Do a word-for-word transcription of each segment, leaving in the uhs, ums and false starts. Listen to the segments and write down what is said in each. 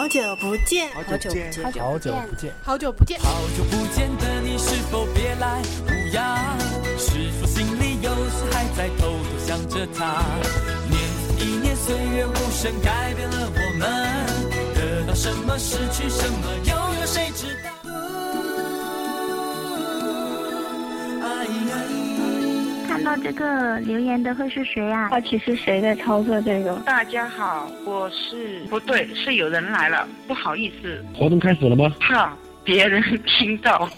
久不见， 好久不见， 好久不见， 好久不见， 好久不见的你是否别来无恙？是否心里有时还在偷偷想着他？年复一年，岁月无声改变了我们，得到什么，失去什么，又有谁知道？ 看到这个留言的会是谁啊？好奇是谁在操作这个？ 大家好，我是不对，是有人来了，不好意思。 活动开始了吗？ 怕别人听到。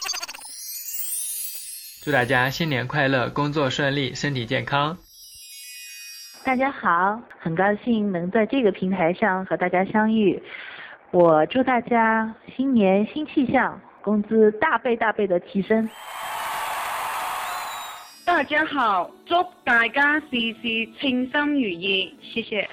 祝大家新年快乐，工作顺利，身体健康。 大家好，很高兴能在这个平台上和大家相遇。我祝大家新年新气象，工资大倍大倍的提升。 大家好，祝大家事事称心如意，谢谢。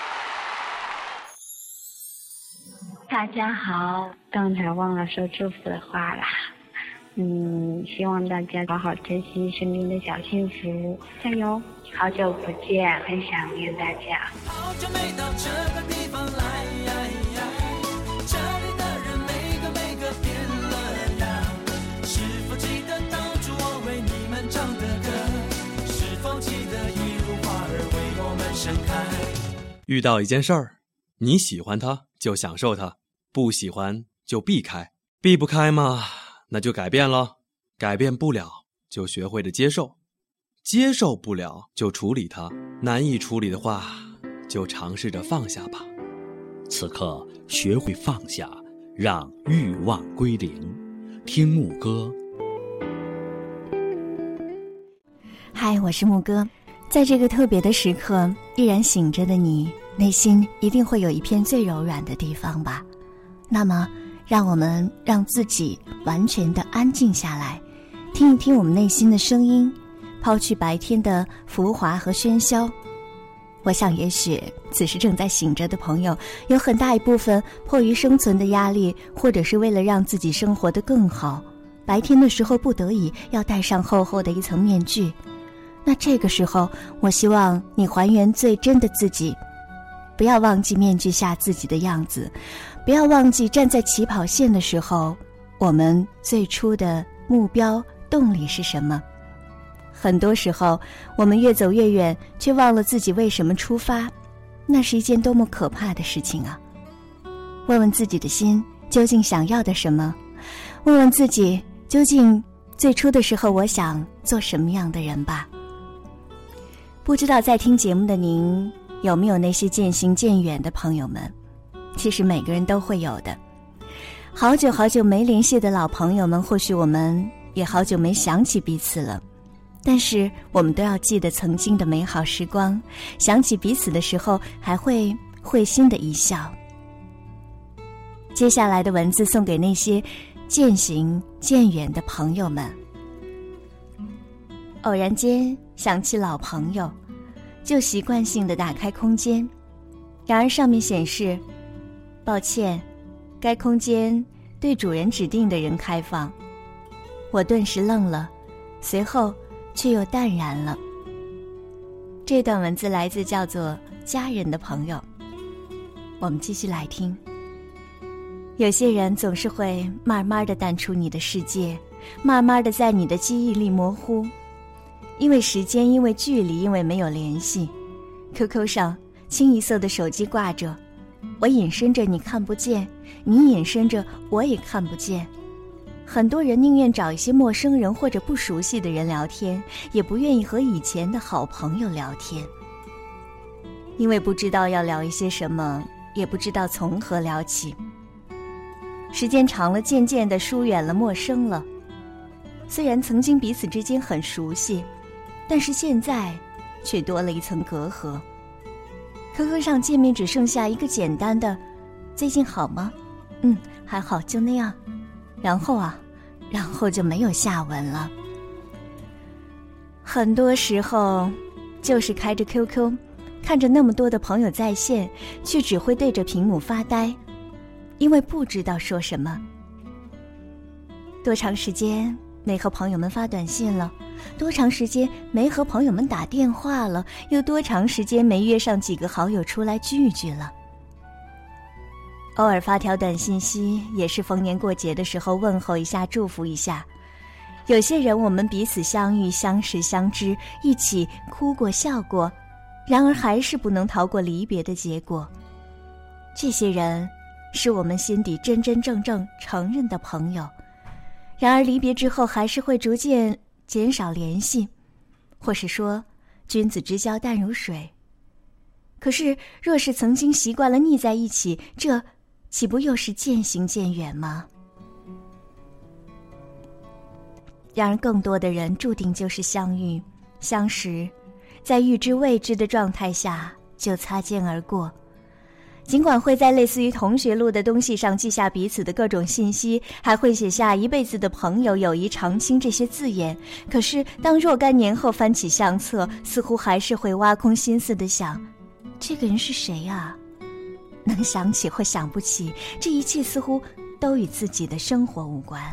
大家好，刚才忘了说祝福的话啦。嗯，希望大家好好珍惜身边的小幸福，加油！好久不见，很想念大家。 好久没到这个地方来，这里的人每个每个变了样，是否记得当初我为你们唱的歌？是否记得一如花儿为我们盛开？ 遇到一件事儿，你喜欢它就享受它，不喜欢就避开，避不开嘛，那就改变了，改变不了就学会着接受，接受不了就处理它，难以处理的话就尝试着放下吧。 此刻学会放下，让欲望归零。听牧歌。 嗨，我是牧歌。在这个特别的时刻，依然醒着的你，内心一定会有一片最柔软的地方吧。那么让我们让自己完全的安静下来，听一听我们内心的声音，抛去白天的浮华和喧嚣。我想也许此时正在醒着的朋友，有很大一部分迫于生存的压力，或者是为了让自己生活得更好，白天的时候不得已要戴上厚厚的一层面具。那这个时候，我希望你还原最真的自己，不要忘记面具下自己的样子，不要忘记站在起跑线的时候，我们最初的目标动力是什么。很多时候我们越走越远，却忘了自己为什么出发，那是一件多么可怕的事情啊！问问自己的心究竟想要的什么，问问自己究竟最初的时候我想做什么样的人吧。不知道在听节目的您有没有那些渐行渐远的朋友们？其实每个人都会有的。好久好久没联系的老朋友们，或许我们也好久没想起彼此了，但是我们都要记得曾经的美好时光，想起彼此的时候还会会心的一笑。接下来的文字送给那些渐行渐远的朋友们。偶然间想起老朋友，就习惯性地打开空间，然而上面显示抱歉，该空间对主人指定的人开放。我顿时愣了，随后却又淡然了。这段文字来自叫做家人的朋友，我们继续来听。有些人总是会慢慢地淡出你的世界，慢慢地在你的记忆里模糊，因为时间，因为距离，因为没有联系。 Q Q 上清一色的手机挂着，我隐身着你看不见，你隐身着我也看不见。很多人宁愿找一些陌生人或者不熟悉的人聊天，也不愿意和以前的好朋友聊天，因为不知道要聊一些什么，也不知道从何聊起。时间长了，渐渐地疏远了，陌生了。虽然曾经彼此之间很熟悉，但是现在却多了一层隔阂。 Q Q 上见面只剩下一个简单的最近好吗？嗯，还好，就那样。然后啊然后就没有下文了。很多时候就是开着 Q Q， 看着那么多的朋友在线，却只会对着屏幕发呆，因为不知道说什么。多长时间没和朋友们发短信了，多长时间没和朋友们打电话了，又多长时间没约上几个好友出来聚聚了。 偶尔发条短信息，也是逢年过节的时候问候一下，祝福一下。有些人我们彼此相遇，相识相知，一起哭过笑过，然而还是不能逃过离别的结果。这些人是我们心底真真正正承认的朋友，然而离别之后还是会逐渐减少联系，或是说君子之交淡如水。可是若是曾经习惯了腻在一起，这岂不又是渐行渐远吗？然而更多的人注定就是相遇相识，在预知未知的状态下就擦肩而过。尽管会在类似于同学录的东西上记下彼此的各种信息，还会写下一辈子的朋友、友谊长青这些字眼，可是当若干年后翻起相册，似乎还是会挖空心思地想，这个人是谁啊？能想起或想不起，这一切似乎都与自己的生活无关。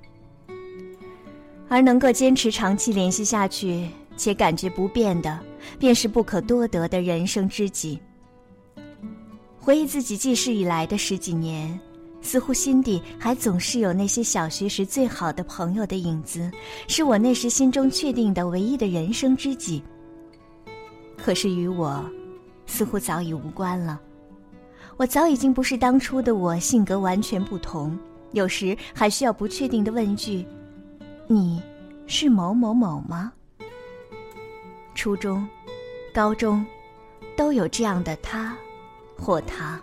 而能够坚持长期联系下去且感觉不变的，便是不可多得的人生知己。回忆自己记事以来的十几年，似乎心底还总是有那些小学时最好的朋友的影子，是我那时心中确定的唯一的人生知己。可是与我似乎早已无关了，我早已经不是当初的我，性格完全不同，有时还需要不确定地问一句，你是某某某吗？初中、高中都有这样的他或他。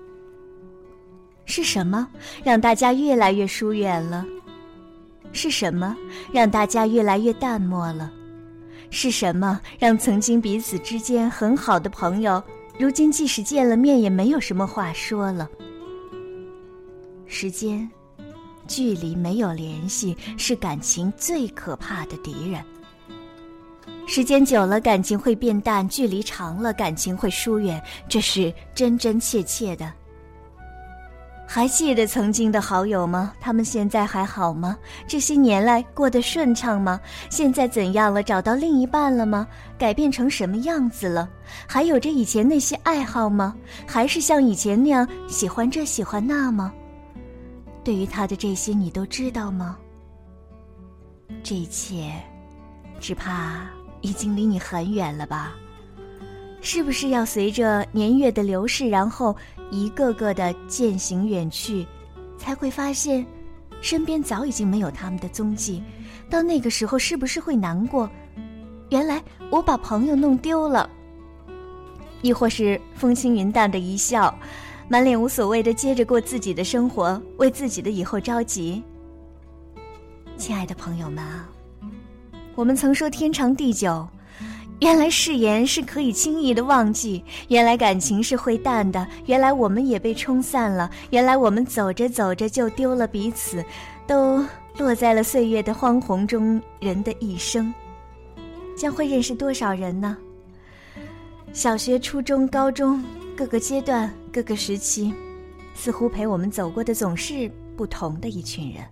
是什么让大家越来越疏远了？是什么让大家越来越淡漠了？是什么让曾经彼此之间很好的朋友，如今即使见了面也没有什么话说了？时间、距离，没有联系，是感情最可怕的敌人。时间久了，感情会变淡；距离长了，感情会疏远，这是真真切切的。还记得曾经的好友吗？他们现在还好吗？这些年来过得顺畅吗？现在怎样了？找到另一半了吗？改变成什么样子了？还有着以前那些爱好吗？还是像以前那样喜欢这喜欢那吗？对于他的这些，你都知道吗？这一切，只怕已经离你很远了吧？是不是要随着年月的流逝，然后一个个的渐行远去，才会发现身边早已经没有他们的踪迹？到那个时候是不是会难过？原来我把朋友弄丢了。亦或是风轻云淡的一笑，满脸无所谓的接着过自己的生活，为自己的以后着急。亲爱的朋友们啊，我们曾说天长地久，原来誓言是可以轻易的忘记，原来感情是会淡的，原来我们也被冲散了，原来我们走着走着就丢了彼此，都落在了岁月的荒洪中。人的一生将会认识多少人呢？小学、初中、高中，各个阶段，各个时期，似乎陪我们走过的总是不同的一群人。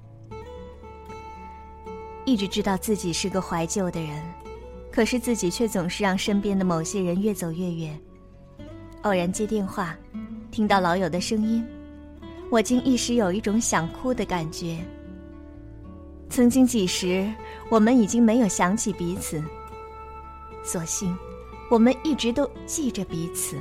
一直知道自己是个怀旧的人，可是自己却总是让身边的某些人越走越远。偶然接电话，听到老友的声音，我竟一时有一种想哭的感觉。曾经几时，我们已经没有想起彼此，所幸我们一直都记着彼此。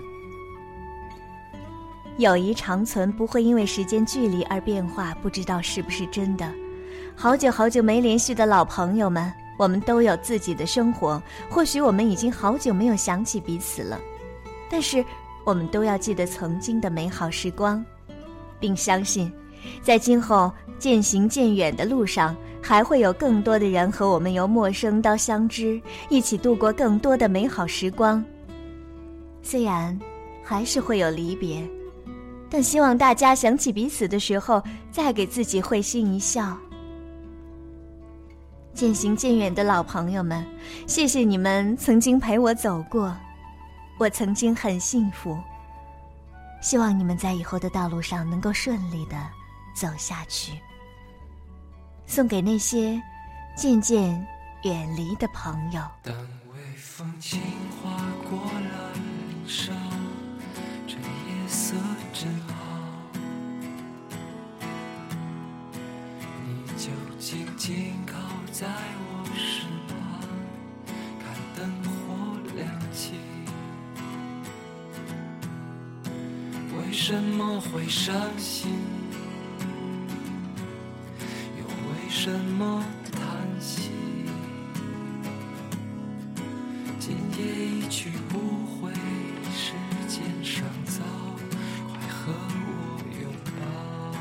友谊长存不会因为时间距离而变化，不知道是不是真的。好久好久没联系的老朋友们，我们都有自己的生活，或许我们已经好久没有想起彼此了，但是我们都要记得曾经的美好时光，并相信在今后渐行渐远的路上，还会有更多的人和我们由陌生到相知，一起度过更多的美好时光。虽然还是会有离别，但希望大家想起彼此的时候，再给自己会心一笑。渐行渐远的老朋友们，谢谢你们曾经陪我走过，我曾经很幸福。希望你们在以后的道路上能够顺利地走下去。送给那些渐渐远离的朋友。 当微风轻划过了林梢，这夜色真好。 什么会伤心？又为什么叹息？今夜一去不回，时间尚早，快和我拥抱。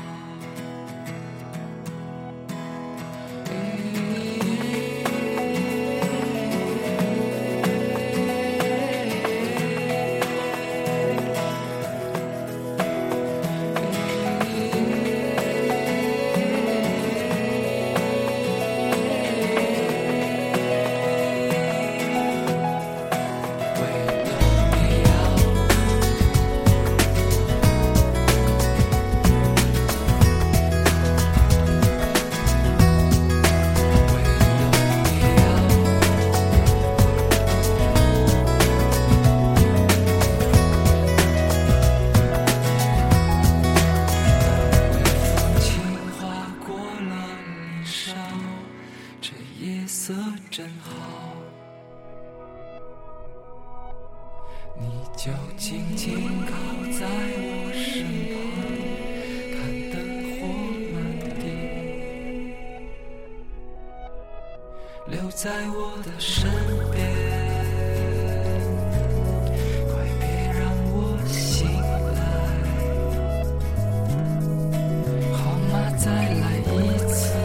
真好，你就静静靠在我身旁，看灯火满地，留在我的身边，快别让我醒来，好吗？再来一次。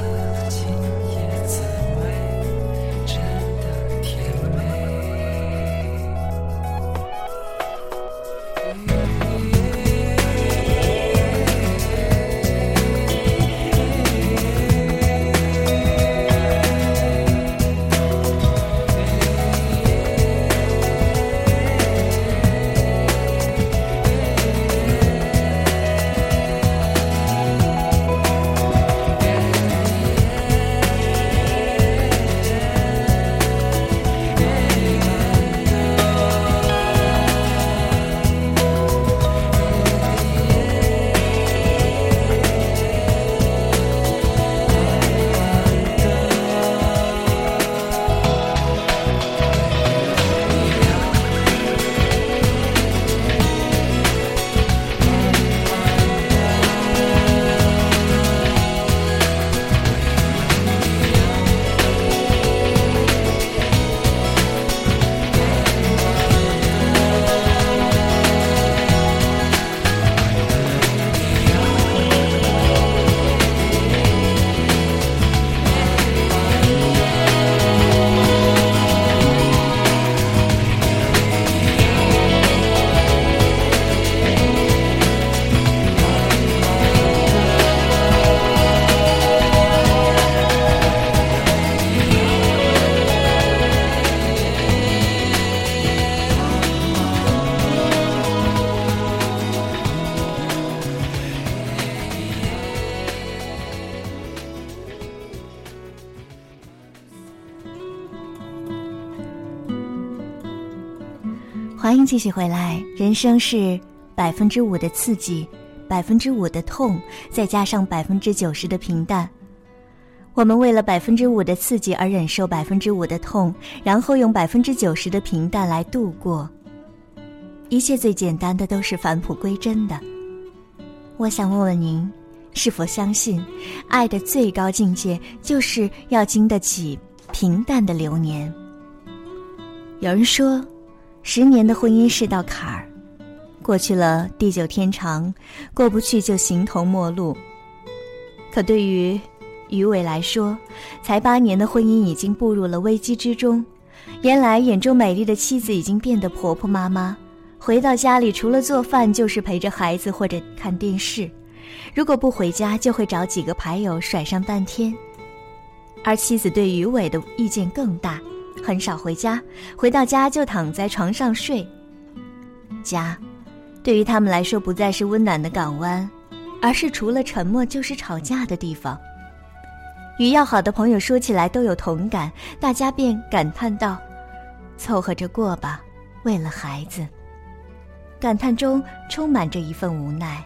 欢迎继续回来。人生是百分之五的刺激，百分之五的痛，再加上百分之九十的平淡。我们为了百分之五的刺激而忍受百分之五的痛，然后用百分之九十的平淡来度过。一切最简单的都是返璞归真的。我想问问您，是否相信，爱的最高境界就是要经得起平淡的流年？有人说，十年的婚姻是道坎儿，过去了地久天长，过不去就形同陌路。可对于于伟来说，才八年的婚姻已经步入了危机之中。原来眼中美丽的妻子已经变得婆婆妈妈，回到家里除了做饭就是陪着孩子或者看电视，如果不回家就会找几个牌友甩上半天。而妻子对于伟的意见更大，很少回家，回到家就躺在床上睡。家对于他们来说不再是温暖的港湾，而是除了沉默就是吵架的地方。与要好的朋友说起来都有同感，大家便感叹道，凑合着过吧，为了孩子。感叹中充满着一份无奈。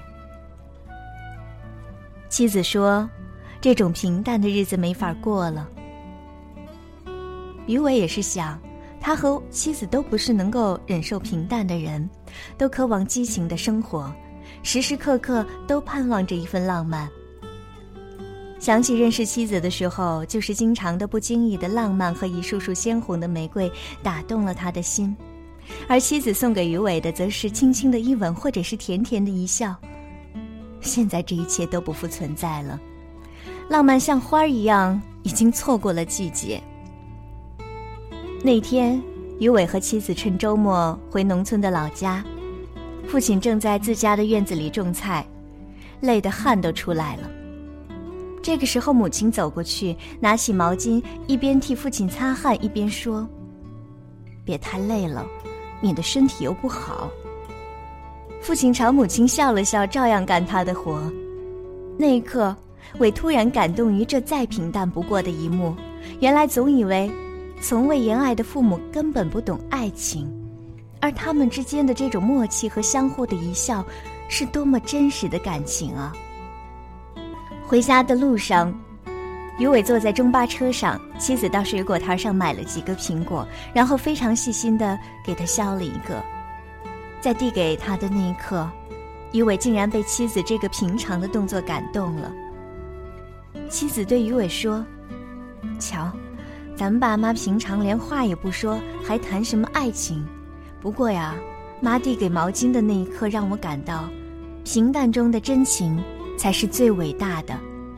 妻子说，这种平淡的日子没法过了。于伟也是想，他和妻子都不是能够忍受平淡的人，都渴望激情的生活， 时时刻刻都盼望着一份浪漫。想起认识妻子的时候，就是经常的不经意的浪漫和一束束鲜红的玫瑰打动了他的心，而妻子送给于伟的则是轻轻的一吻，或者是甜甜的一笑。现在这一切都不复存在了，浪漫像花一样已经错过了季节。那天于伟和妻子趁周末回农村的老家，父亲正在自家的院子里种菜，累得汗都出来了。这个时候母亲走过去，拿起毛巾，一边替父亲擦汗，一边说：别太累了，你的身体又不好。父亲朝母亲笑了笑，照样干他的活。那一刻，伟突然感动于这再平淡不过的一幕。原来总以为从未言爱的父母根本不懂爱情，而他们之间的这种默契和相互的一笑，是多么真实的感情啊。回家的路上，于伟坐在中巴车上，妻子到水果摊上买了几个苹果，然后非常细心地给他削了一个。在递给他的那一刻，于伟竟然被妻子这个平常的动作感动了。妻子对于伟说：瞧，咱们爸妈平常连话也不说，还谈什么爱情？不过呀，妈递给毛巾的那一刻让我感到，平淡中的真情才是最伟大的。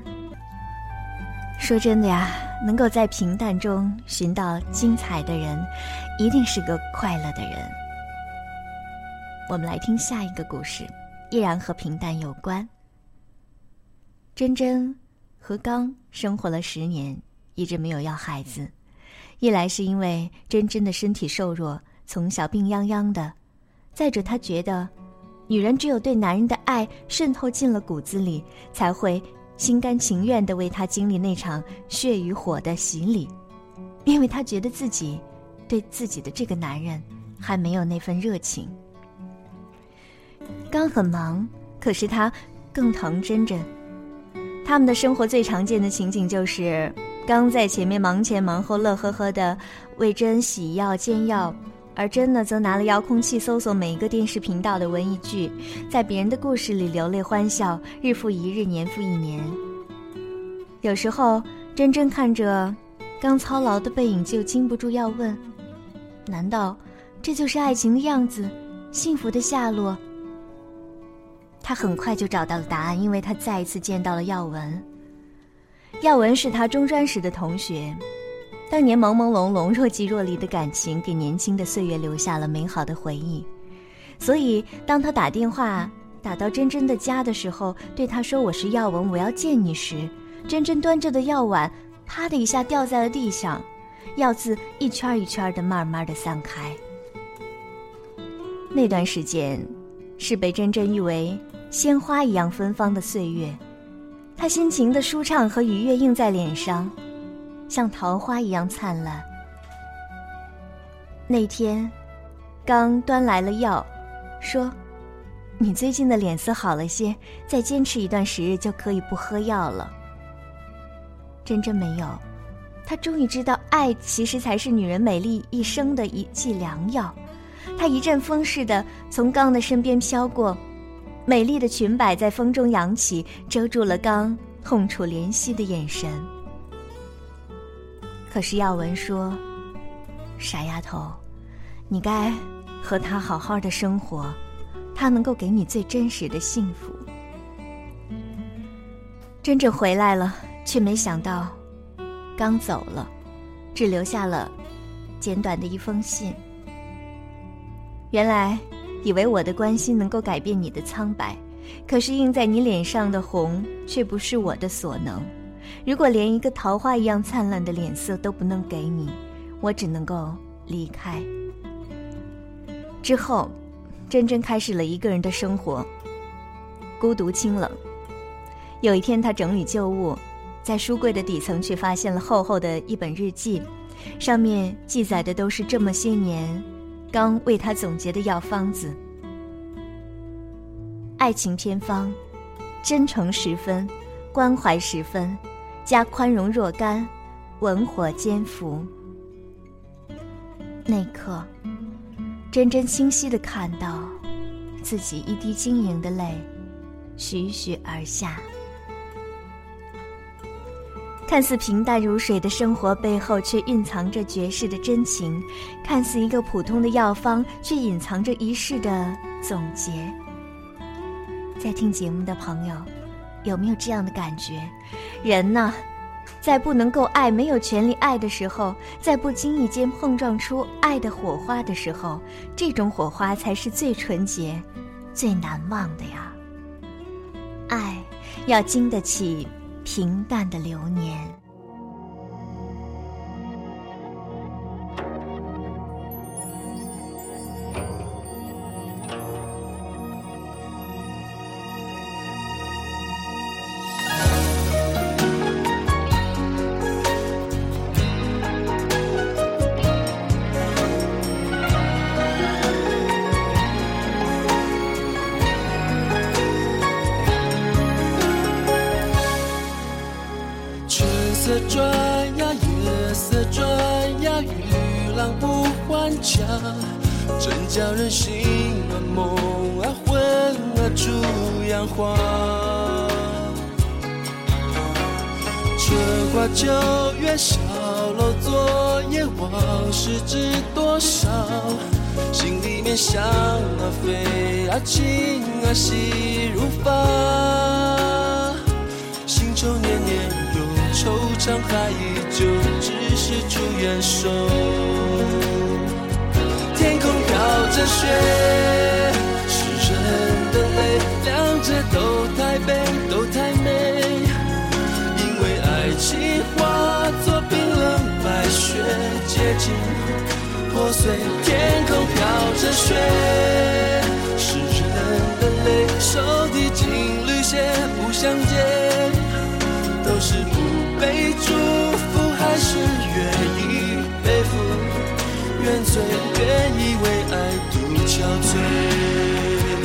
说真的呀，能够在平淡中寻到精彩的人，一定是个快乐的人。我们来听下一个故事，依然和平淡有关。珍珍和刚生活了十年，一直没有要孩子。一来是因为珍珍的身体瘦弱，从小病殃殃的；再者她觉得女人只有对男人的爱渗透进了骨子里，才会心甘情愿地为他经历那场血与火的洗礼，因为她觉得自己对自己的这个男人还没有那份热情。刚很忙，可是他更疼珍珍。他们的生活最常见的情景就是刚在前面忙前忙后，乐呵呵的为珍洗药煎药，而珍呢则拿了遥控器搜索每一个电视频道的文艺剧，在别人的故事里流泪欢笑，日复一日，年复一年。有时候珍珍看着刚操劳的背影，就禁不住要问：难道这就是爱情的样子，幸福的下落？他很快就找到了答案，因为他再一次见到了耀文。耀文是他中专时的同学，当年朦朦胧胧若即若离的感情给年轻的岁月留下了美好的回忆。所以当他打电话打到珍珍的家的时候，对他说：我是耀文，我要见你时，珍珍端着的药碗啪的一下掉在了地上，药渍一圈一圈的慢慢的散开。那段时间是被珍珍誉为鲜花一样芬芳的岁月，她心情的舒畅和愉悦映在脸上，像桃花一样灿烂。那天刚端来了药，说：你最近的脸色好了些，再坚持一段时日就可以不喝药了。珍珍没有，她终于知道爱其实才是女人美丽一生的一剂良药。她一阵风似的从刚的身边飘过，美丽的裙摆在风中扬起，遮住了刚痛楚怜惜的眼神。可是耀文说：傻丫头，你该和他好好的生活，他能够给你最真实的幸福。珍珍回来了，却没想到刚走了，只留下了简短的一封信。原来以为我的关心能够改变你的苍白，可是映在你脸上的红却不是我的所能。如果连一个桃花一样灿烂的脸色都不能给你，我只能够离开。之后珍珍开始了一个人的生活，孤独清冷。有一天她整理旧物，在书柜的底层却发现了厚厚的一本日记，上面记载的都是这么些年刚为她总结的药方子。爱情偏方，真诚十分，关怀十分，加宽容若干，文火兼服。那一刻珍珍清晰地看到， 自己一滴晶莹的泪徐徐而下。看似平淡如水的生活背后，却蕴藏着绝世的真情；看似一个普通的药方，却隐藏着一世的总结。在听节目的朋友，有没有这样的感觉？人呢，在不能够爱、没有权利爱的时候，在不经意间碰撞出爱的火花的时候，这种火花才是最纯洁、最难忘的呀。爱要经得起平淡的流年。 色转呀，月色转呀，与浪不还家，真叫人心啊梦啊魂啊逐样花。春花秋月小楼昨夜，往事知多少？心里面想啊飞啊情啊细如发，心愁年年惆怅还依旧，只是朱颜瘦。天空飘着雪，诗人的泪，两者都太悲，都太美。因为爱情化作冰冷白雪，结晶破碎。天空飘着雪，诗人的泪，手提金缕鞋，不相见，都是不被祝福，还是愿意背负原罪，愿意为爱独憔悴。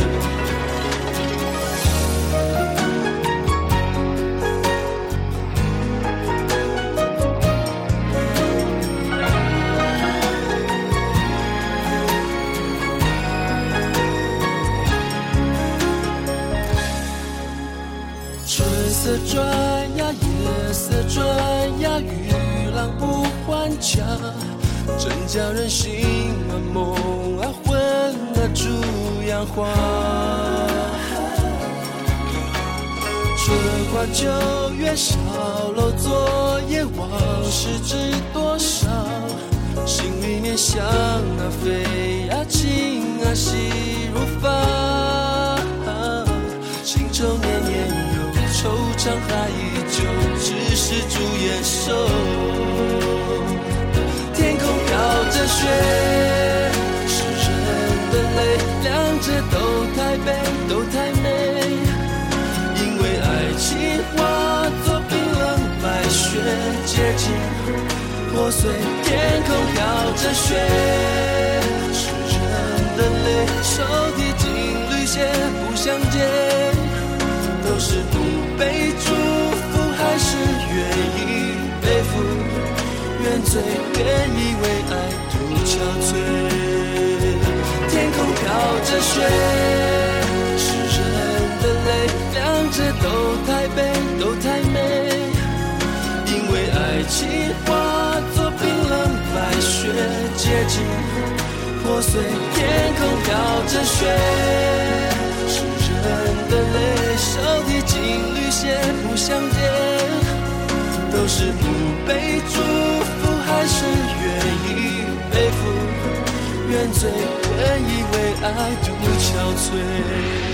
春色转呀，夜色转呀，与浪不还家，真叫人心啊梦啊魂啊逐样花。春花秋月小楼昨夜，往事知多少？心里面想啊飞啊情啊细如发，心愁年年惆怅还依旧，只是朱颜瘦。天空飘着雪，诗人的泪，两者都太悲，都太美。因为爱情化作冰冷白雪，结晶破碎。天空飘着雪，诗人的泪，手提金缕鞋，不相见，都是不被祝福，还是愿意背负原罪，愿意为爱独憔悴。天空飘着雪，诗人的泪，两者都太悲，都太美。因为爱情化作冰冷白雪，结晶破碎。天空飘着雪，诗人的泪，手提金缕鞋，不相见，都是不被祝福，还是愿意背负原罪，愿意为爱独憔悴。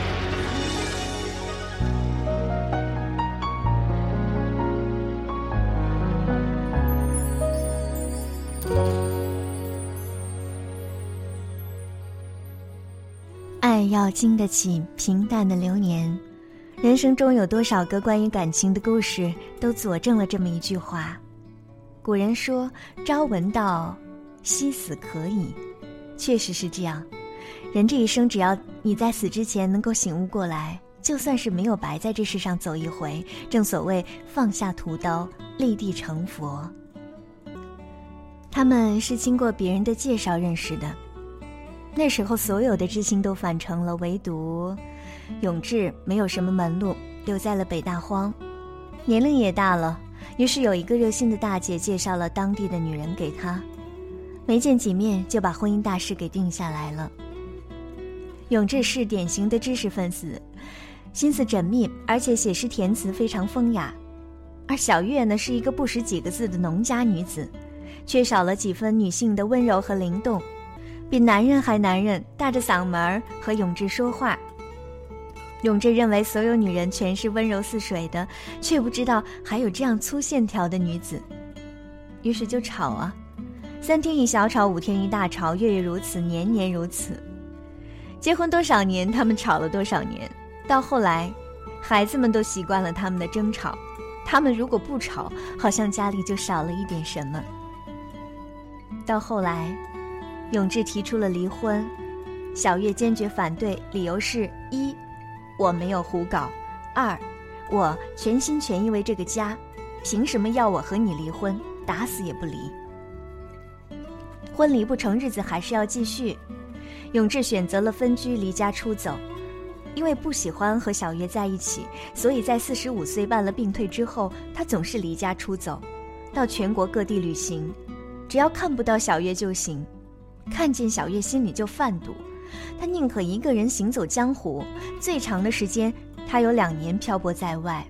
爱要经得起平淡的流年。人生中有多少个关于感情的故事，都佐证了这么一句话。古人说朝闻道，夕死可矣，确实是这样。人这一生，只要你在死之前能够醒悟过来，就算是没有白在这世上走一回。正所谓放下屠刀，立地成佛。他们是经过别人的介绍认识的， 那时候所有的知青都返城了，唯独永志没有什么门路，留在了北大荒。年龄也大了，于是有一个热心的大姐介绍了当地的女人给他，没见几面就把婚姻大事给定下来了。永志是典型的知识分子，心思缜密，而且写诗填词非常风雅。而小月呢，是一个不识几个字的农家女子，缺少了几分女性的温柔和灵动，比男人还男人，大着嗓门和永志说话。永志认为所有女人全是温柔似水的，却不知道还有这样粗线条的女子，于是就吵啊，三天一小吵，五天一大吵，月月如此，年年如此。结婚多少年，他们吵了多少年，到后来孩子们都习惯了他们的争吵，他们如果不吵，好像家里就少了一点什么。到后来永志提出了离婚，小月坚决反对，理由是：一，我没有胡搞；二，我全心全意为这个家，凭什么要我和你离婚？打死也不离。婚离不成，日子还是要继续。永志选择了分居，离家出走。因为不喜欢和小月在一起，所以在四十五岁办了病退之后，他总是离家出走，到全国各地旅行，只要看不到小月就行，看见小月心里就犯堵，他宁可一个人行走江湖，最长的时间他有两年漂泊在外。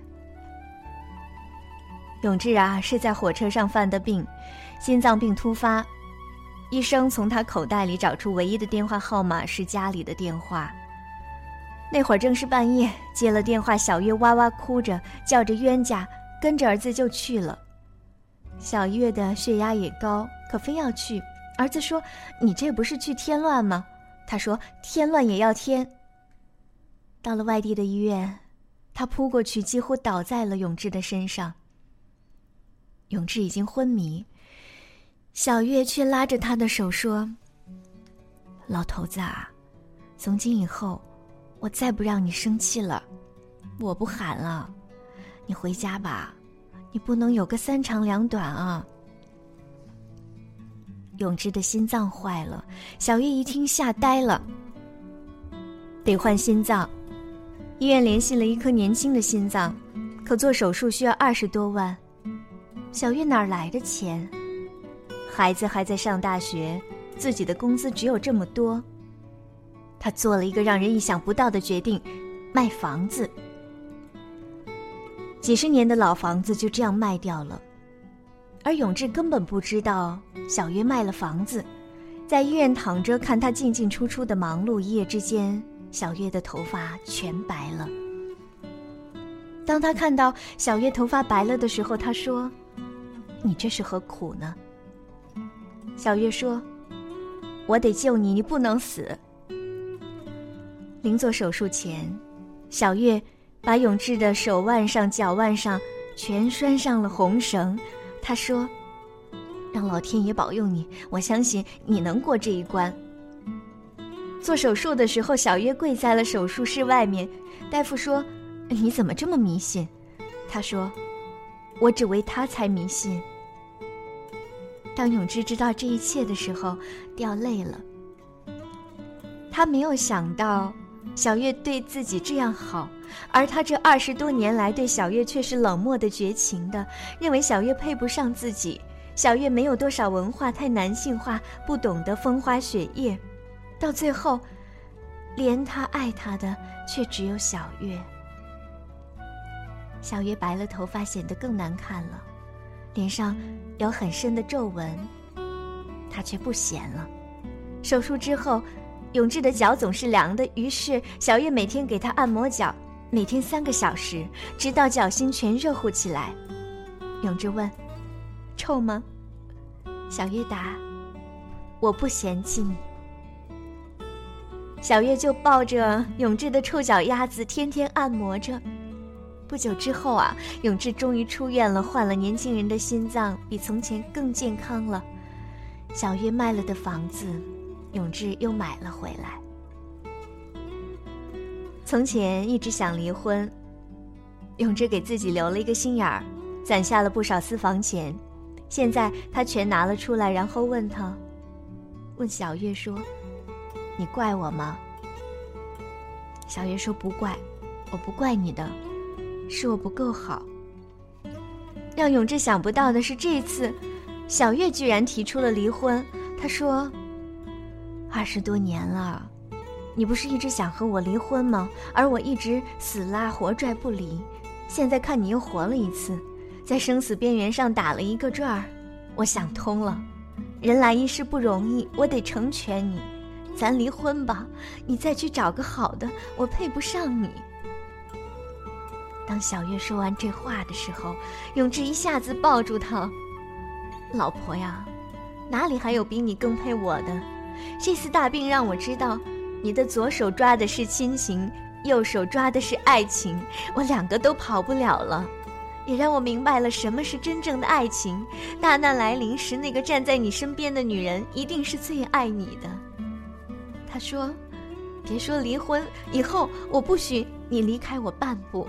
永志啊，是在火车上犯的病，心脏病突发，医生从他口袋里找出唯一的电话号码是家里的电话。那会儿正是半夜，接了电话，小月哇哇哭着叫着冤家，跟着儿子就去了。小月的血压也高，可非要去。儿子说：“你这不是去添乱吗？”他说：“添乱也要添。”到了外地的医院，他扑过去，几乎倒在了永志的身上。永志已经昏迷，小月却拉着他的手说：“老头子啊，从今以后我再不让你生气了，我不喊了，你回家吧，你不能有个三长两短啊。”永志的心脏坏了，小月一听吓呆了，得换心脏。医院联系了一颗年轻的心脏，可做手术需要二十多万，小月哪来的钱？孩子还在上大学，自己的工资只有这么多。他做了一个让人意想不到的决定，卖房子。几十年的老房子就这样卖掉了，而永志根本不知道小月卖了房子，在医院躺着看他进进出出的忙碌，一夜之间小月的头发全白了。当他看到小月头发白了的时候，他说：“你这是何苦呢？”小月说：“我得救你，你不能死。”临做手术前，小月把永志的手腕上、脚腕上全拴上了红绳。她说：“让老天爷保佑你，我相信你能过这一关。”做手术的时候，小月跪在了手术室外面。大夫说：“你怎么这么迷信？”她说：“我只为他才迷信。”当永志知道这一切的时候，掉泪了。他没有想到小月对自己这样好，而他这二十多年来对小月却是冷漠的、绝情的，认为小月配不上自己，小月没有多少文化，太男性化，不懂得风花雪月。到最后，连他爱他的却只有小月。小月白了头发，显得更难看了，脸上有很深的皱纹，他却不显了。手术之后，永志的脚总是凉的，于是小月每天给他按摩脚，每天三个小时，直到脚心全热乎起来。永志问：“臭吗？”小月答：“我不嫌弃你。”小月就抱着永志的臭脚丫子天天按摩着。不久之后啊，永志终于出院了，换了年轻人的心脏，比从前更健康了。小月卖了的房子，永志又买了回来。从前一直想离婚，永志给自己留了一个心眼儿，攒下了不少私房钱，现在他全拿了出来，然后问他，问小月说：“ 你怪我吗？小月说不怪，我不怪你的，是我不够好。让永志想不到的是，这次小月居然提出了离婚。她说，二十多年了，你不是一直想和我离婚吗？而我一直死拉活拽不离，现在看你又活了一次，在生死边缘上打了一个转儿，我想通了，人来一世不容易，我得成全你，咱离婚吧，你再去找个好的，我配不上你。当小月说完这话的时候，永志一下子抱住她，老婆呀，哪里还有比你更配我的？这次大病让我知道，你的左手抓的是亲情，右手抓的是爱情，我两个都跑不了了，也让我明白了什么是真正的爱情。大难来临时，那个站在你身边的女人一定是最爱你的。他说，别说离婚，以后我不许你离开我半步。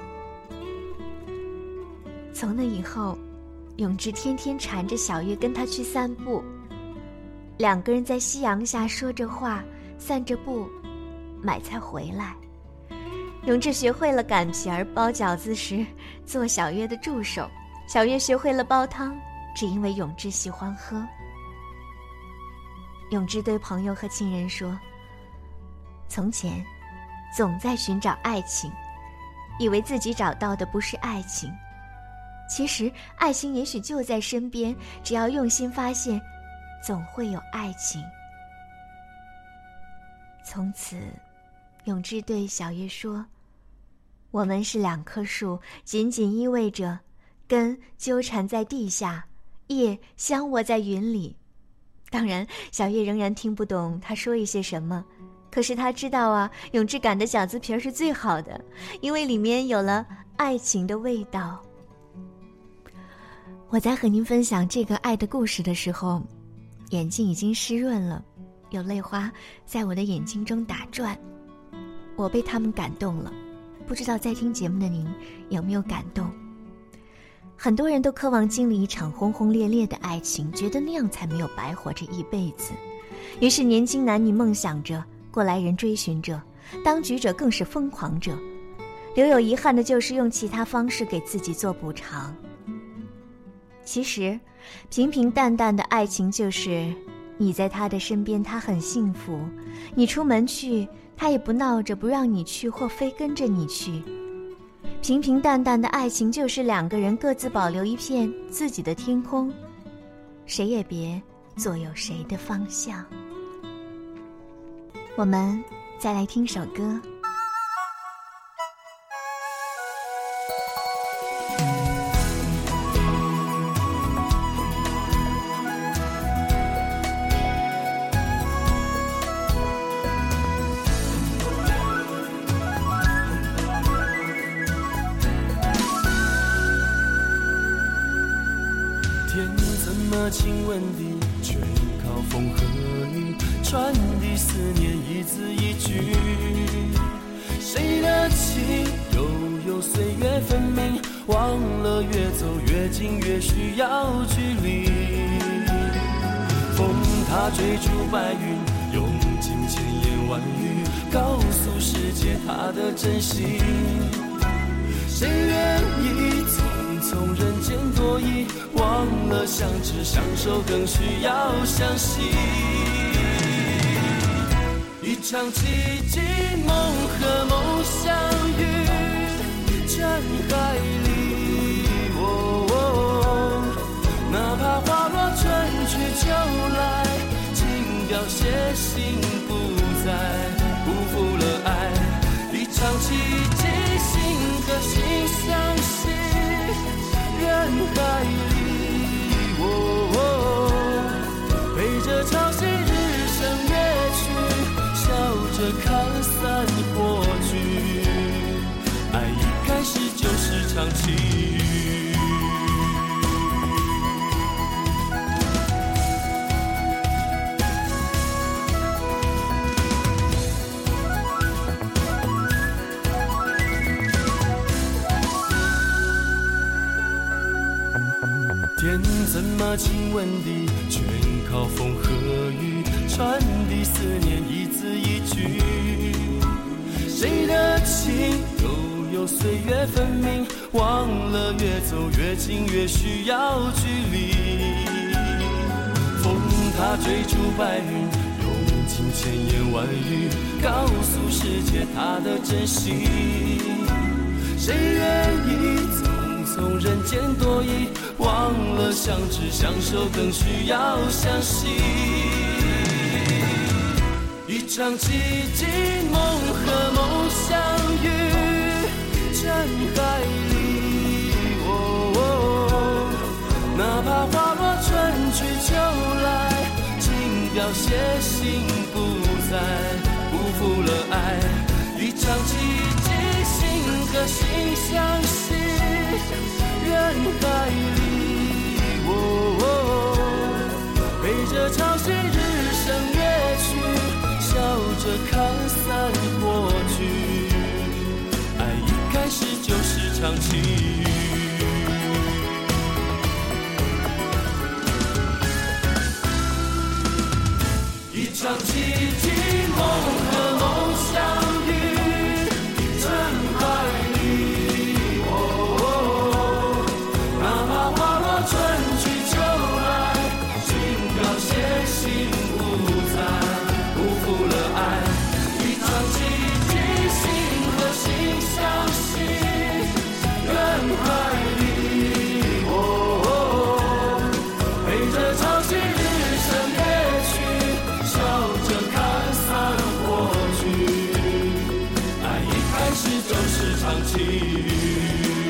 从那以后，永志天天缠着小月跟他去散步，两个人在夕阳下说着话，散着步，买菜回来。永志学会了擀皮儿包饺子时做小月的助手，小月学会了煲汤，只因为永志喜欢喝。永志对朋友和亲人说，从前总在寻找爱情，以为自己找到的不是爱情，其实爱情也许就在身边，只要用心发现，总会有爱情。从此，永志对小月说，我们是两棵树，紧紧依偎着，根纠缠在地下，叶相握在云里。当然，小月仍然听不懂他说一些什么，可是他知道啊，永志擀的饺子皮儿是最好的，因为里面有了爱情的味道。我在和您分享这个爱的故事的时候，眼睛已经湿润了，有泪花在我的眼睛中打转，我被他们感动了。不知道在听节目的您有没有感动？很多人都渴望经历一场轰轰烈烈的爱情，觉得那样才没有白活这一辈子。于是年轻男女梦想着，过来人追寻着，当局者更是疯狂着，留有遗憾的就是用其他方式给自己做补偿。其实平平淡淡的爱情就是你在他的身边，他很幸福，你出门去，他也不闹着不让你去，或非跟着你去。平平淡淡的爱情就是两个人各自保留一片自己的天空，谁也别左右谁的方向。我们再来听首歌。 亲吻的全靠风和雨，传递思念一字一句。谁的情悠悠岁月分明，忘了越走越近越需要距离。风它追逐白云，用尽千言万语告诉世界它的真心。谁愿意匆匆人间多疑，忘了相知相守更需要相信。一场奇迹，梦和梦相遇，真海里、哦哦、哪怕花落春去秋来，请表写心不再辜负了爱。一场奇迹，心和心相惜，人海里、哦哦、陪着潮汐日升月去，笑着看散或聚，爱一开始就是场奇遇。天怎么亲吻的，全靠风和雨，传递思念一字一都岁月分明，忘了越走越近越需要距离。风它追逐白云，用尽千言万语告诉世界它的真心。谁愿意匆匆人间多疑，忘了相知相守更需要相信。一场奇迹，梦和梦相遇，真海里。哦哦，哪怕花落春去秋来，请表谢心不再辜负了爱。一场奇迹，心和心相系，人海里。哦哦，陪着潮汐日升月去，笑着看散过去，爱一开始就是场奇遇。一场奇迹，梦和梦相遇，真海里。哦哦，哪怕花落春去秋来，请表谢心不再负了爱。一场奇迹，心和心相系，人海里。哦哦，陪着潮汐日升月去，笑着看散过去，爱一开始就是场奇遇。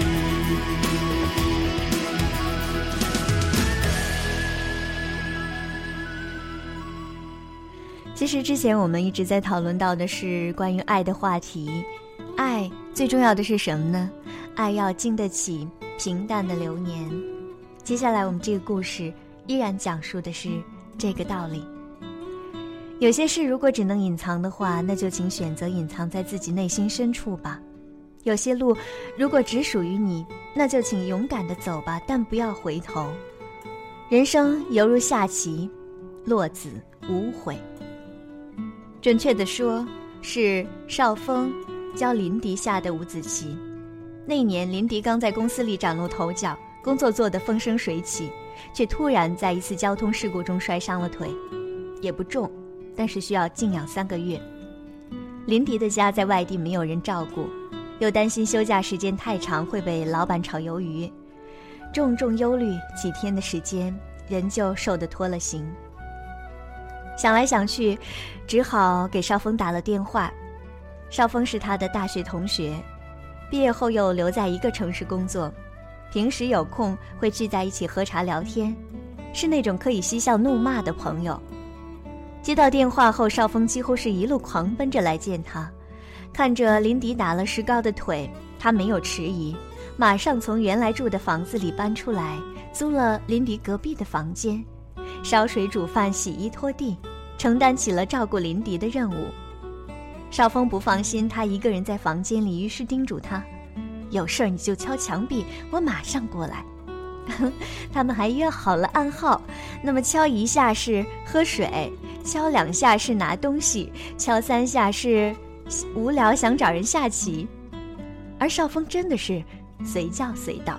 其实之前我们一直在讨论到的是关于爱的话题，爱最重要的是什么呢？爱要经得起平淡的流年。接下来我们这个故事依然讲述的是这个道理。有些事如果只能隐藏的话，那就请选择隐藏在自己内心深处吧。有些路如果只属于你，那就请勇敢地走吧，但不要回头。人生犹如下棋，落子无悔。准确地说，是邵峰教林迪下的五子棋。那年林迪刚在公司里崭露头角，工作做得风生水起，却突然在一次交通事故中摔伤了腿，也不重，但是需要静养三个月。林迪的家在外地，没有人照顾，又担心休假时间太长会被老板炒鱿鱼，重重忧虑，几天的时间人就瘦得脱了形。想来想去，只好给邵峰打了电话。邵峰是他的大学同学，毕业后又留在一个城市工作，平时有空会聚在一起喝茶聊天，是那种可以嬉笑怒骂的朋友。接到电话后，邵峰几乎是一路狂奔着来见他。看着林迪打了石膏的腿，他没有迟疑，马上从原来住的房子里搬出来，租了林迪隔壁的房间，烧水煮饭洗衣拖地，承担起了照顾林迪的任务。邵峰不放心他一个人在房间里，于是叮嘱他，有事儿你就敲墙壁，我马上过来。他们还约好了暗号，那么敲一下是喝水，敲两下是拿东西，敲三下是无聊想找人下棋。而邵峰真的是随叫随到。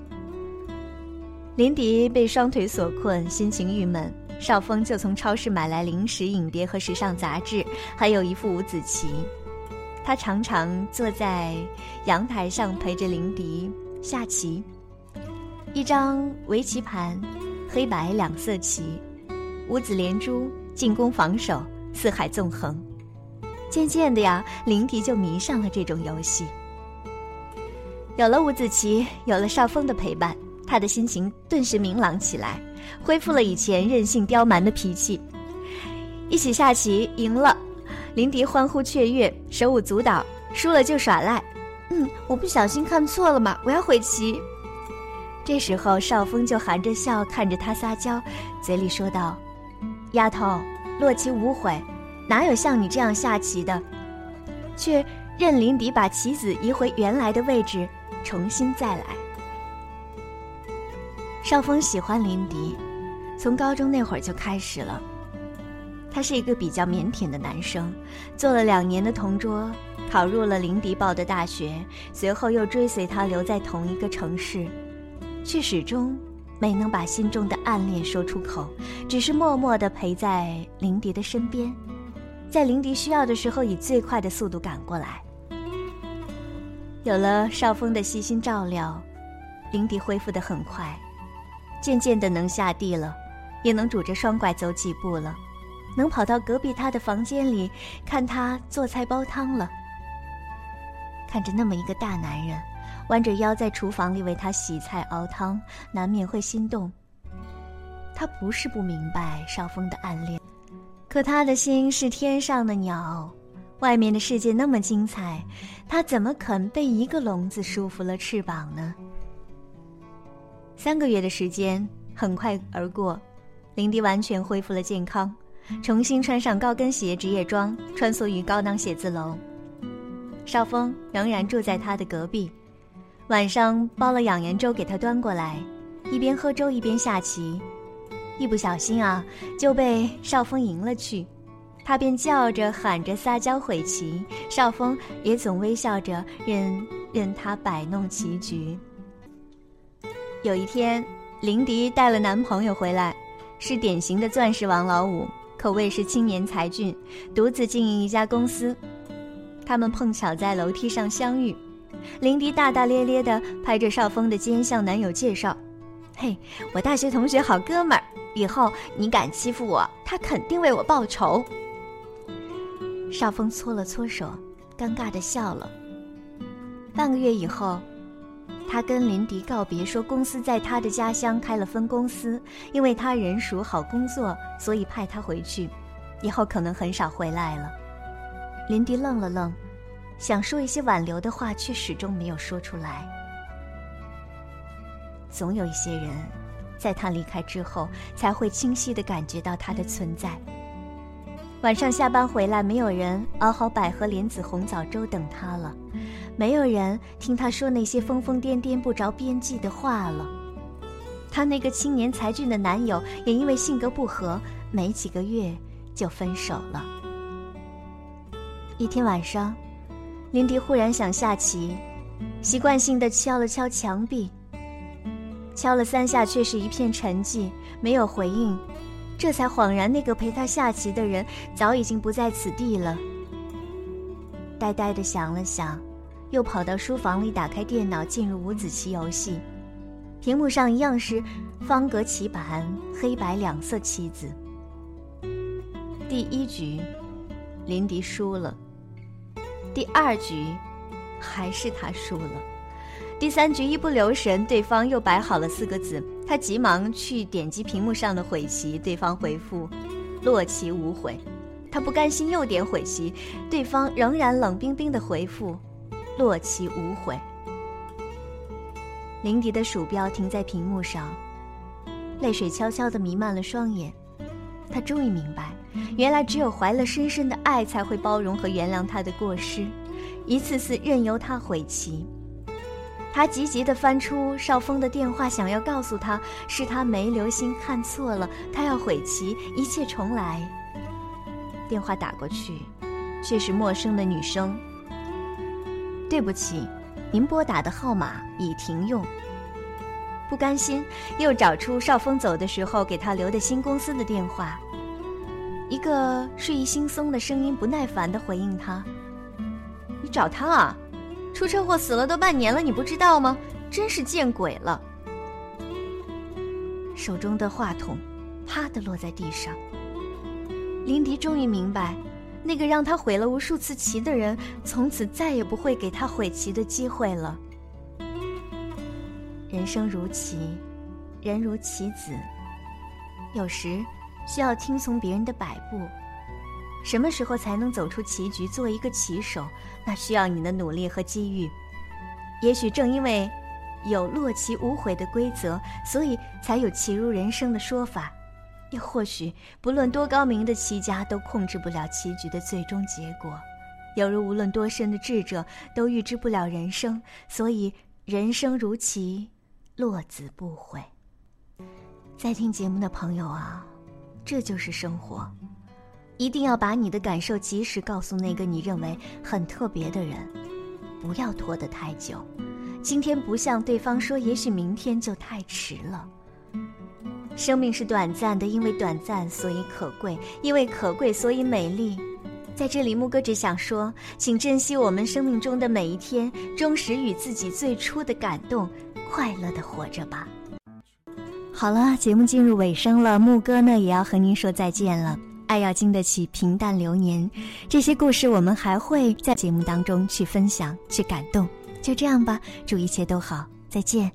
林迪被双腿所困，心情郁闷，邵峰就从超市买来零食、影碟和时尚杂志，还有一副五子棋。他常常坐在阳台上陪着林迪下棋，一张围棋盘，黑白两色棋，五子连珠，进攻防守，四海纵横。渐渐的呀，林迪就迷上了这种游戏。有了五子棋，有了邵峰的陪伴，他的心情顿时明朗起来，恢复了以前任性刁蛮的脾气。一起下棋赢了，林迪欢呼雀跃，手舞足蹈；输了就耍赖，嗯，我不小心看错了嘛，我要悔棋。这时候邵峰就含着笑看着他撒娇，嘴里说道，丫头，落棋无悔，哪有像你这样下棋的？却任林迪把棋子移回原来的位置，重新再来。邵峰喜欢林迪，从高中那会儿就开始了。 他是一个比较腼腆的男生，做了两年的同桌，考入了林迪报的大学，随后又追随他留在同一个城市，却始终没能把心中的暗恋说出口，只是默默地陪在林迪的身边，在林迪需要的时候以最快的速度赶过来。有了少峰的悉心照料，林迪恢复得很快，渐渐地能下地了，也能拄着双拐走几步了，能跑到隔壁他的房间里看他做菜煲汤了。看着那么一个大男人弯着腰在厨房里为他洗菜熬汤，难免会心动。他不是不明白少峰的暗恋，可他的心是天上的鸟，外面的世界那么精彩，他怎么肯被一个笼子束缚了翅膀呢？三个月的时间很快而过，林迪完全恢复了健康，重新穿上高跟鞋职业装，穿梭于高档写字楼。少峰仍然住在他的隔壁，晚上煲了养颜粥给他端过来，一边喝粥一边下棋，一不小心啊就被少峰赢了去，他便叫着喊着撒娇悔棋，少峰也总微笑着任任他摆弄棋局。有一天，林迪带了男朋友回来，是典型的钻石王老五，口味是青年才俊，独自经营一家公司。他们碰巧在楼梯上相遇，林迪大大咧咧地拍着少峰的肩向男友介绍：嘿，我大学同学好哥们儿，以后你敢欺负我，他肯定为我报仇。少峰搓了搓手，尴尬地笑了。半个月以后，他跟林迪告别，说公司在他的家乡开了分公司，因为他人熟好工作，所以派他回去，以后可能很少回来了。林迪愣了愣，想说一些挽留的话，却始终没有说出来。总有一些人在他离开之后才会清晰地感觉到他的存在。晚上下班回来，没有人熬好百合莲子红枣粥等他了，没有人听他说那些疯疯癫癫不着边际的话了。他那个青年才俊的男友也因为性格不合，没几个月就分手了。一天晚上，林迪忽然想下棋，习惯性地敲了敲墙壁，敲了三下却是一片沉寂，没有回应，这才恍然那个陪他下棋的人早已经不在此地了。呆呆地想了想，又跑到书房里打开电脑，进入五子棋游戏。屏幕上一样是方格棋盘，黑白两色棋子。第一局林迪输了，第二局还是他输了，第三局一不留神，对方又摆好了四个子，他急忙去点击屏幕上的悔棋，对方回复落棋无悔。他不甘心又点悔棋，对方仍然冷冰冰的回复落棋无悔。林迪的鼠标停在屏幕上，泪水悄悄地弥漫了双眼。他终于明白，原来只有怀了深深的爱才会包容和原谅他的过失，一次次任由他悔棋。他急急地翻出少峰的电话，想要告诉他是他没留心看错了，他要悔棋，一切重来。电话打过去，却是陌生的女声：对不起，您拨打的号码已停用。不甘心，又找出少峰走的时候给他留的新公司的电话，一个睡意惺忪的声音不耐烦地回应他：你找他啊？出车祸死了都半年了，你不知道吗？真是见鬼了。手中的话筒啪地落在地上。林迪终于明白，那个让他毁了无数次棋的人，从此再也不会给他悔棋的机会了。人生如棋，人如棋子，有时需要听从别人的摆布。什么时候才能走出棋局，做一个棋手？那需要你的努力和机遇。也许正因为有落棋无悔的规则，所以才有棋如人生的说法。又或许不论多高明的棋家都控制不了棋局的最终结果，犹如无论多深的智者都预知不了人生，所以人生如棋，落子不悔。在听节目的朋友啊，这就是生活。 一定要把你的感受及时告诉那个你认为很特别的人，不要拖得太久。今天不向对方说，也许明天就太迟了。生命是短暂的，因为短暂所以可贵，因为可贵所以美丽。在这里，木哥只想说，请珍惜我们生命中的每一天，忠实与自己最初的感动，快乐地活着吧。好了，节目进入尾声了，木哥呢也要和您说再见了。爱要经得起平淡流年，这些故事我们还会在节目当中去分享，去感动。就这样吧，祝一切都好，再见。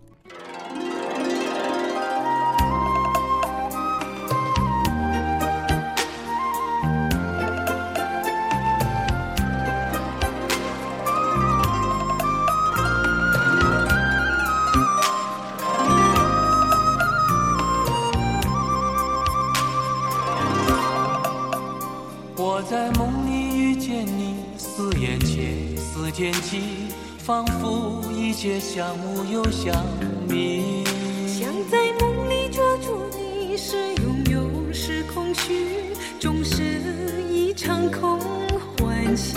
我在梦里遇见你，似眼前似天际，仿佛一切像雾又像迷。 想在梦里捉住你，是拥有是空虚，终是一场空欢喜。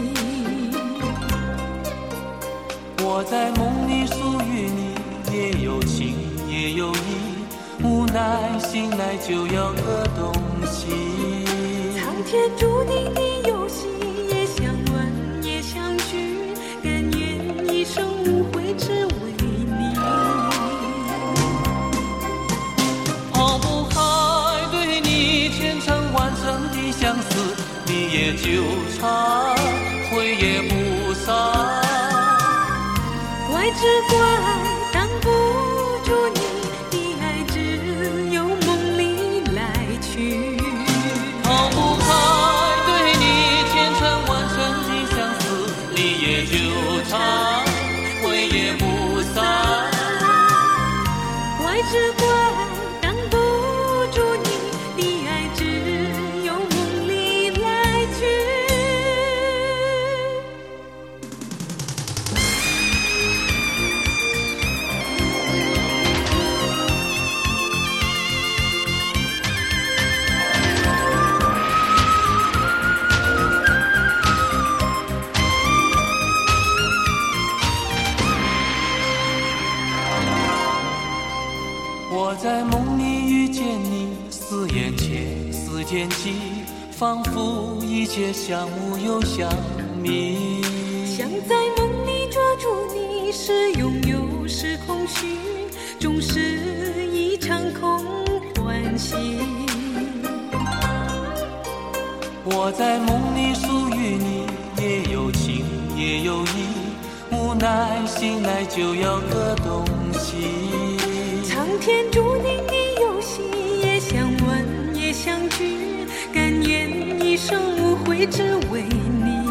我在梦里属于你，也有情也有义，无奈醒来就要个东西。 天注定的游戏，也相吻也相聚，甘愿一生无悔只为你。 好不还对你千程万程的相思，你也纠缠，悔也不散。 怪只怪挡不住你的爱，只有梦里来去。 好不还对你千程万程的相思，你也纠缠，悔也不散。 怪只怪挡不住你的爱，只有梦里来去。 我在梦里遇见你，似眼前似天际，仿佛一切像雾又像迷。 想在梦里捉住你，是拥有是空虚，终是一场空欢喜。 我在梦里属于你，也有情也有义，无奈醒来就要个东西。 苍天注定的游戏，也相吻也相聚，甘愿一生无悔只为你。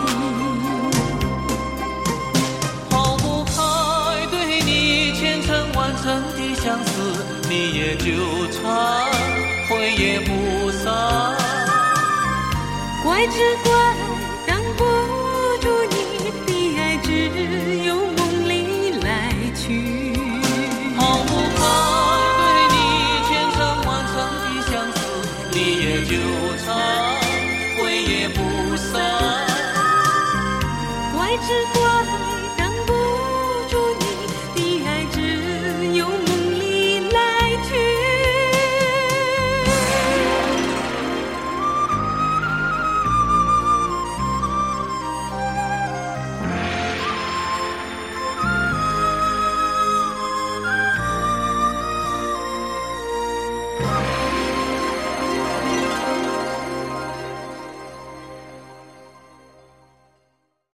好不还对你千程万程的相思，你也纠缠，悔也不散。 怪只怪